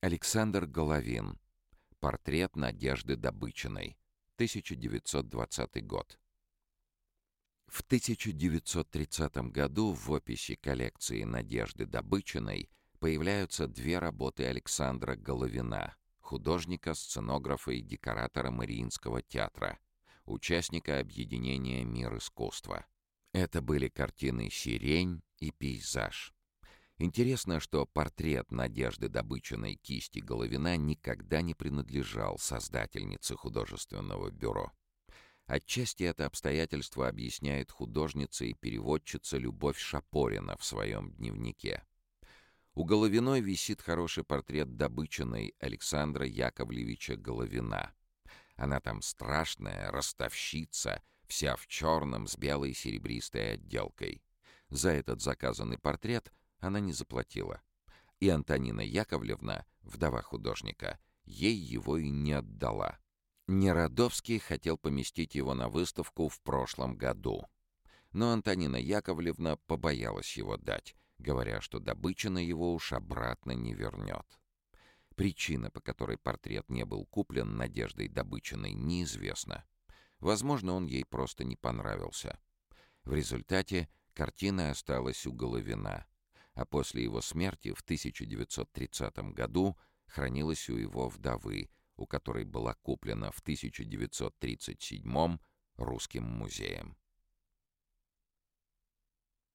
Александр Головин. Портрет Надежды Добычиной. 1920 год. В 1930 году в описи коллекции Надежды Добычиной появляются две работы Александра Головина, художника, сценографа и декоратора Мариинского театра, участника объединения «Мир искусства». Это были картины «Сирень» и «Пейзаж». Интересно, что портрет Надежды Добычиной кисти Головина никогда не принадлежал создательнице художественного бюро. Отчасти это обстоятельство объясняет художница и переводчица Любовь Шапорина в своем дневнике. У Головиной висит хороший портрет Добычиной Александра Яковлевича Головина. Она там страшная, ростовщица, вся в черном с белой серебристой отделкой. За этот заказанный портрет она не заплатила. И Антонина Яковлевна, вдова художника, ей его и не отдала. Неродовский хотел поместить его на выставку в прошлом году. Но Антонина Яковлевна побоялась его дать, говоря, что Добычина его уж обратно не вернет. Причина, по которой портрет не был куплен Надеждой Добычиной, неизвестна. Возможно, он ей просто не понравился. В результате картина осталась у Головина, а после его смерти в 1930 году хранилась у его вдовы, у которой была куплена в 1937 Русским музеем.